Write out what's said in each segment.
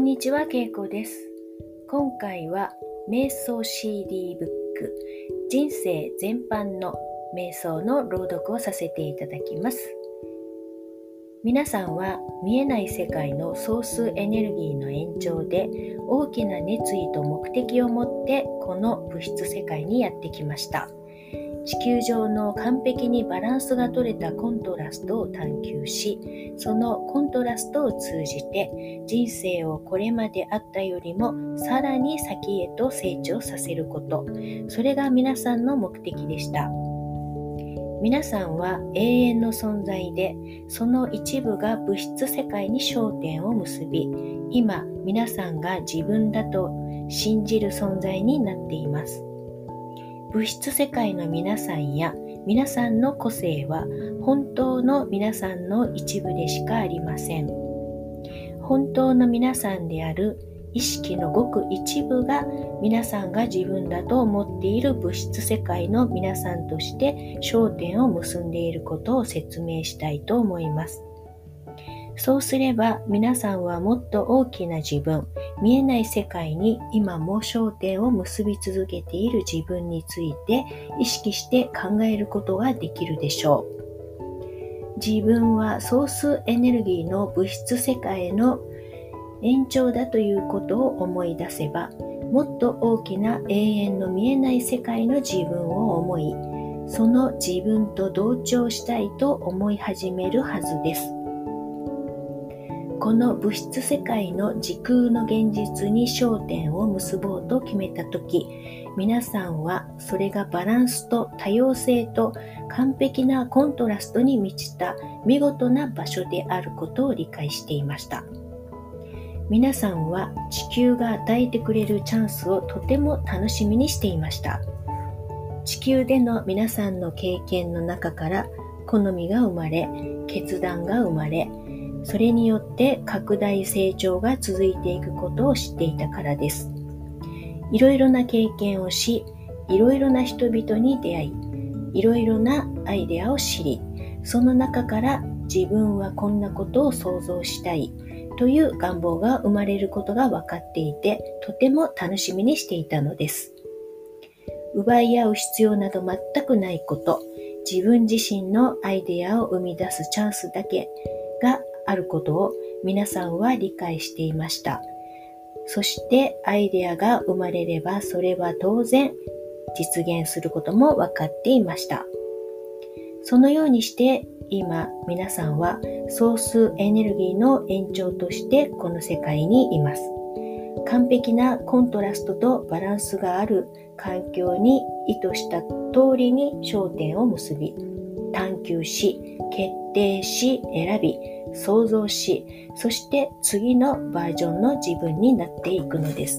んにちは、けいこです。今回は瞑想 CD ブック人生全般の瞑想の朗読をさせていただきます。皆さんは見えない世界の総数エネルギーの延長で大きな熱意と目的を持ってこの物質世界にやってきました。地球上の完璧にバランスが取れたコントラストを探求し、そのコントラストを通じて人生をこれまであったよりもさらに先へと成長させること、それが皆さんの目的でした。皆さんは永遠の存在で、その一部が物質世界に焦点を結び、今皆さんが自分だと信じる存在になっています。物質世界の皆さんや皆さんの個性は本当の皆さんの一部でしかありません。本当の皆さんである意識のごく一部が皆さんが自分だと思っている物質世界の皆さんとして焦点を結んでいることを説明したいと思います。そうすれば皆さんはもっと大きな自分、見えない世界に今も焦点を結び続けている自分について意識して考えることができるでしょう。自分は総数エネルギーの物質世界への延長だということを思い出せば、もっと大きな永遠の見えない世界の自分を思い、その自分と同調したいと思い始めるはずです。この物質世界の時空の現実に焦点を結ぼうと決めたとき、皆さんはそれがバランスと多様性と完璧なコントラストに満ちた見事な場所であることを理解していました。皆さんは地球が与えてくれるチャンスをとても楽しみにしていました。地球での皆さんの経験の中から好みが生まれ、決断が生まれ、それによって拡大成長が続いていくことを知っていたからです。いろいろな経験をし、いろいろな人々に出会い、いろいろなアイデアを知り、その中から自分はこんなことを想像したいという願望が生まれることが分かっていて、とても楽しみにしていたのです。奪い合う必要など全くないこと、自分自身のアイデアを生み出すチャンスだけがあることを皆さんは理解していました。そしてアイデアが生まれればそれは当然実現することも分かっていました。そのようにして今皆さんは総数エネルギーの延長としてこの世界にいます。完璧なコントラストとバランスがある環境に意図した通りに焦点を結び、探求し、決定し、選び、想像し、そして次のバージョンの自分になっていくのです。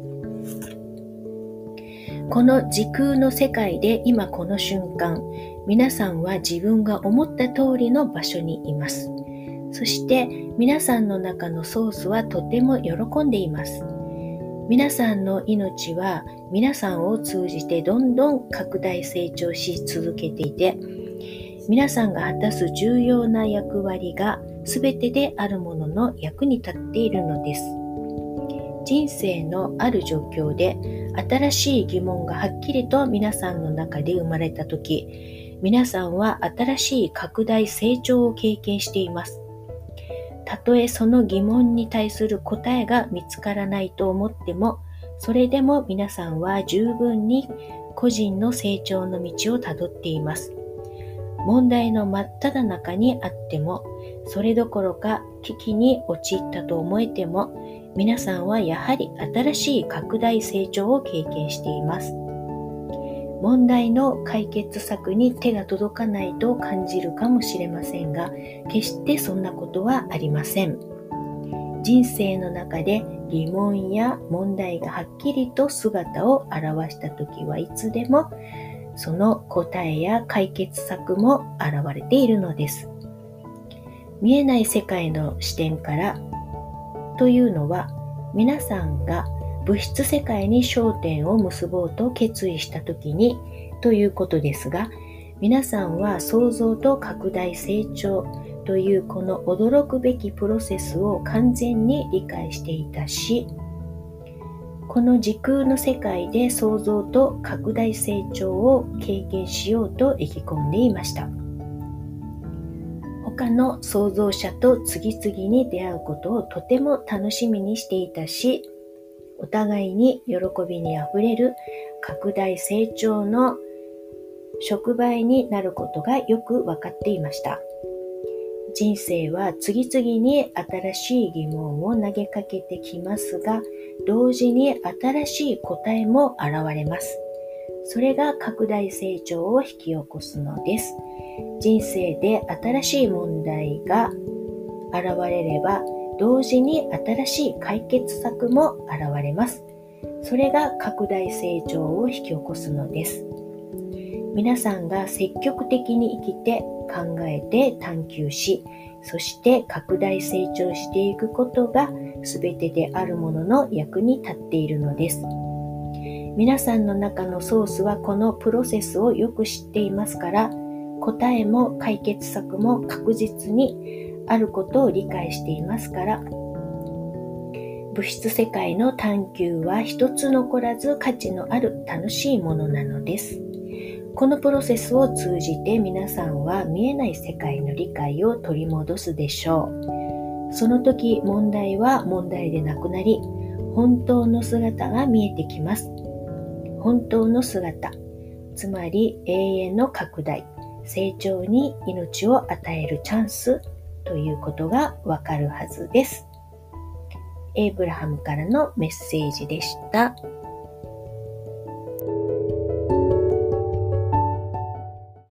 この時空の世界で今この瞬間、皆さんは自分が思った通りの場所にいます。そして皆さんの中のソースはとても喜んでいます。皆さんの命は皆さんを通じてどんどん拡大成長し続けていて、皆さんが果たす重要な役割が全てであるものの役に立っているのです。人生のある状況で新しい疑問がはっきりと皆さんの中で生まれたとき、皆さんは新しい拡大成長を経験しています。たとえその疑問に対する答えが見つからないと思っても、それでも皆さんは十分に個人の成長の道をたどっています。問題の真っ只中にあっても、それどころか危機に陥ったと思えても、皆さんはやはり新しい拡大成長を経験しています。問題の解決策に手が届かないと感じるかもしれませんが、決してそんなことはありません。人生の中で疑問や問題がはっきりと姿を現したときはいつでも、その答えや解決策も現れているのです。見えない世界の視点からというのは、皆さんが物質世界に焦点を結ぼうと決意したときにということですが、皆さんは創造と拡大成長、 というこの驚くべきプロセスを完全に理解していたし、この時空の世界で創造と拡大成長を経験しようと意気込んでいました。他の創造者と次々に出会うことをとても楽しみにしていたし、お互いに喜びにあふれる拡大成長の触媒になることがよく分かっていました。人生は次々に新しい疑問を投げかけてきますが、同時に新しい答えも現れます。それが拡大成長を引き起こすのです。人生で新しい問題が現れれば、同時に新しい解決策も現れます。それが拡大成長を引き起こすのです。皆さんが積極的に生きて考えて探求し、そして拡大成長していくことが全てであるものの役に立っているのです。皆さんの中のソースはこのプロセスをよく知っていますから、答えも解決策も確実にあることを理解していますから、物質世界の探求は一つ残らず価値のある楽しいものなのです。このプロセスを通じて皆さんは見えない世界の理解を取り戻すでしょう。その時問題は問題でなくなり、本当の姿が見えてきます。本当の姿、つまり永遠の拡大、成長に命を与えるチャンスということがわかるはずです。エイブラハムからのメッセージでした。